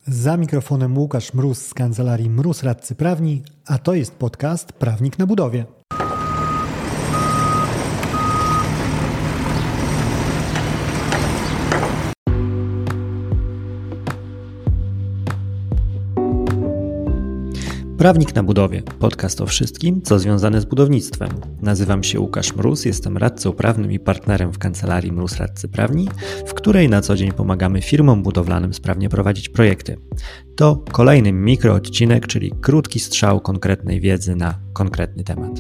Za mikrofonem Łukasz Mróz z kancelarii Mróz Radcy Prawni, a to jest podcast Prawnik na budowie. Prawnik na budowie, podcast o wszystkim, co związane z budownictwem. Nazywam się Łukasz Mróz, jestem radcą prawnym i partnerem w kancelarii Mróz Radcy Prawni, w której na co dzień pomagamy firmom budowlanym sprawnie prowadzić projekty. To kolejny mikroodcinek, czyli krótki strzał konkretnej wiedzy na konkretny temat.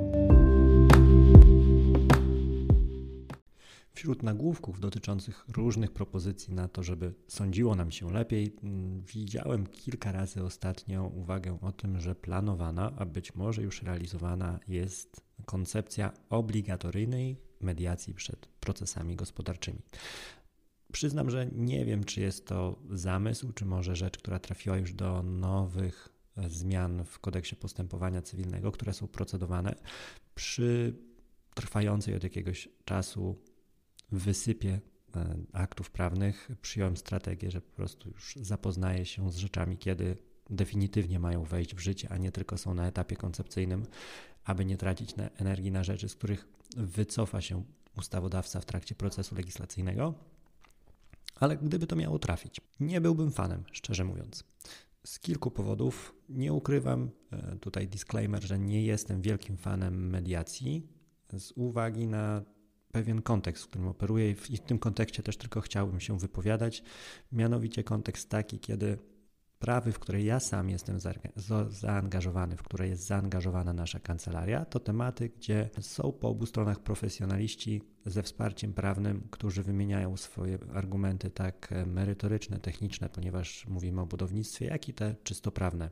Wśród nagłówków dotyczących różnych propozycji na to, żeby sądziło nam się lepiej, widziałem kilka razy ostatnio uwagę o tym, że planowana, a być może już realizowana jest koncepcja obligatoryjnej mediacji przed procesami gospodarczymi. Przyznam, że nie wiem, czy jest to zamysł, czy może rzecz, która trafiła już do nowych zmian w kodeksie postępowania cywilnego, które są procedowane przy trwającej od jakiegoś czasu wysypie aktów prawnych. Przyjąłem strategię, że po prostu już zapoznaję się z rzeczami, kiedy definitywnie mają wejść w życie, a nie tylko są na etapie koncepcyjnym, aby nie tracić energii na rzeczy, z których wycofa się ustawodawca w trakcie procesu legislacyjnego. Ale gdyby to miało trafić, nie byłbym fanem, szczerze mówiąc. Z kilku powodów. Nie ukrywam, tutaj disclaimer, że nie jestem wielkim fanem mediacji z uwagi na pewien kontekst, w którym operuję i w tym kontekście też tylko chciałbym się wypowiadać, mianowicie kontekst taki, kiedy sprawy, w które ja sam jestem zaangażowany, w które jest zaangażowana nasza kancelaria, to tematy, gdzie są po obu stronach profesjonaliści ze wsparciem prawnym, którzy wymieniają swoje argumenty tak merytoryczne, techniczne, ponieważ mówimy o budownictwie, jak i te czysto prawne.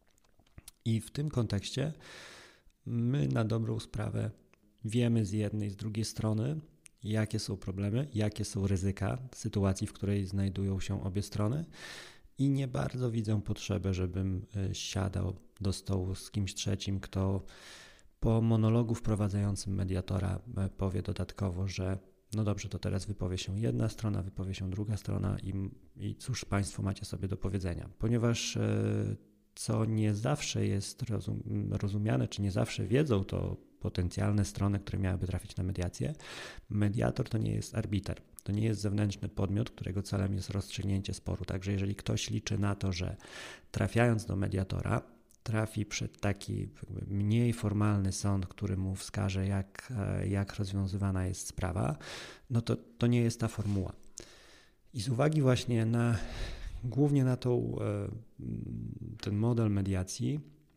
I w tym kontekście my na dobrą sprawę wiemy z jednej, z drugiej strony, jakie są problemy, jakie są ryzyka sytuacji, w której znajdują się obie strony i nie bardzo widzę potrzebę, żebym siadał do stołu z kimś trzecim, kto po monologu wprowadzającym mediatora powie dodatkowo, że no dobrze, to teraz wypowie się jedna strona, wypowie się druga strona i cóż Państwo macie sobie do powiedzenia, ponieważ co nie zawsze jest rozumiane, czy nie zawsze wiedzą to potencjalne strony, które miałyby trafić na mediację. Mediator to nie jest arbiter, to nie jest zewnętrzny podmiot, którego celem jest rozstrzygnięcie sporu. Także jeżeli ktoś liczy na to, że trafiając do mediatora trafi przed taki mniej formalny sąd, który mu wskaże, jak rozwiązywana jest sprawa, no to nie jest ta formuła. I z uwagi właśnie głównie na ten model mediacji,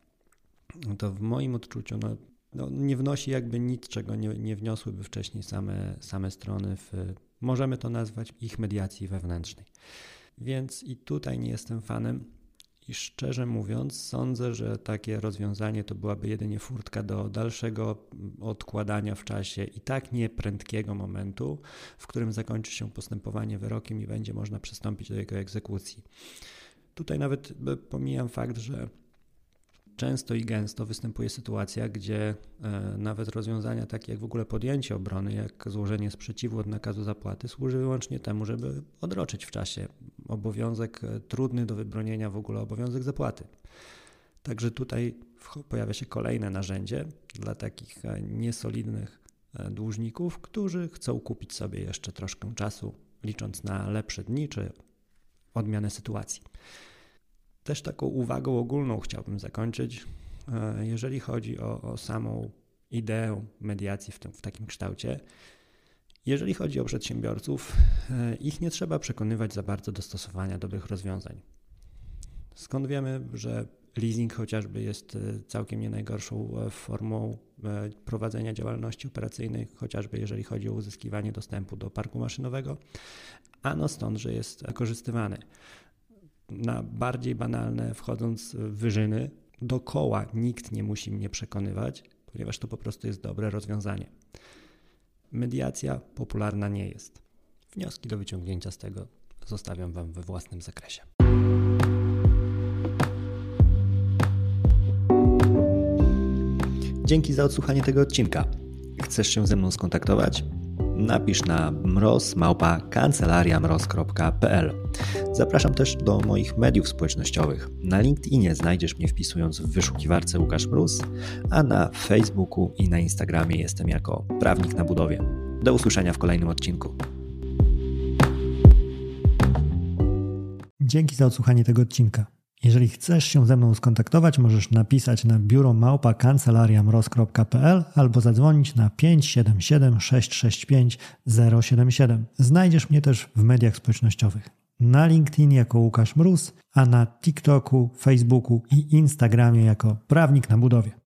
to w moim odczuciu nie wnosi jakby nic, czego nie wniosłyby wcześniej same strony możemy to nazwać ich mediacji wewnętrznej. Więc i tutaj nie jestem fanem i szczerze mówiąc sądzę, że takie rozwiązanie to byłaby jedynie furtka do dalszego odkładania w czasie i tak nie prędkiego momentu, w którym zakończy się postępowanie wyrokiem i będzie można przystąpić do jego egzekucji. Tutaj nawet pomijam fakt, że często i gęsto występuje sytuacja, gdzie nawet rozwiązania takie jak w ogóle podjęcie obrony, jak złożenie sprzeciwu od nakazu zapłaty służy wyłącznie temu, żeby odroczyć w czasie obowiązek trudny do wybronienia w ogóle obowiązek zapłaty. Także tutaj pojawia się kolejne narzędzie dla takich niesolidnych dłużników, którzy chcą kupić sobie jeszcze troszkę czasu, licząc na lepsze dni czy odmianę sytuacji. Też taką uwagą ogólną chciałbym zakończyć, jeżeli chodzi o samą ideę mediacji w takim kształcie. Jeżeli chodzi o przedsiębiorców, ich nie trzeba przekonywać za bardzo do stosowania dobrych rozwiązań. Skąd wiemy, że leasing chociażby jest całkiem nie najgorszą formą prowadzenia działalności operacyjnej, chociażby jeżeli chodzi o uzyskiwanie dostępu do parku maszynowego, ano stąd, że jest wykorzystywany. Na bardziej banalne, wchodząc w wyżyny, dookoła nikt nie musi mnie przekonywać, ponieważ to po prostu jest dobre rozwiązanie. Mediacja popularna nie jest. Wnioski do wyciągnięcia z tego zostawiam Wam we własnym zakresie. Dzięki za odsłuchanie tego odcinka. Chcesz się ze mną skontaktować? napisz na mroz@kancelariamroz.pl. Zapraszam też do moich mediów społecznościowych. Na LinkedInie znajdziesz mnie wpisując w wyszukiwarce Łukasz Mróz, a na Facebooku i na Instagramie jestem jako Prawnik na Budowie. Do usłyszenia w kolejnym odcinku. Dzięki za odsłuchanie tego odcinka. Jeżeli chcesz się ze mną skontaktować, możesz napisać na biuro@kancelariamroz.pl albo zadzwonić na 577 665 077. Znajdziesz mnie też w mediach społecznościowych. Na LinkedIn jako Łukasz Mróz, a na TikToku, Facebooku i Instagramie jako Prawnik na Budowie.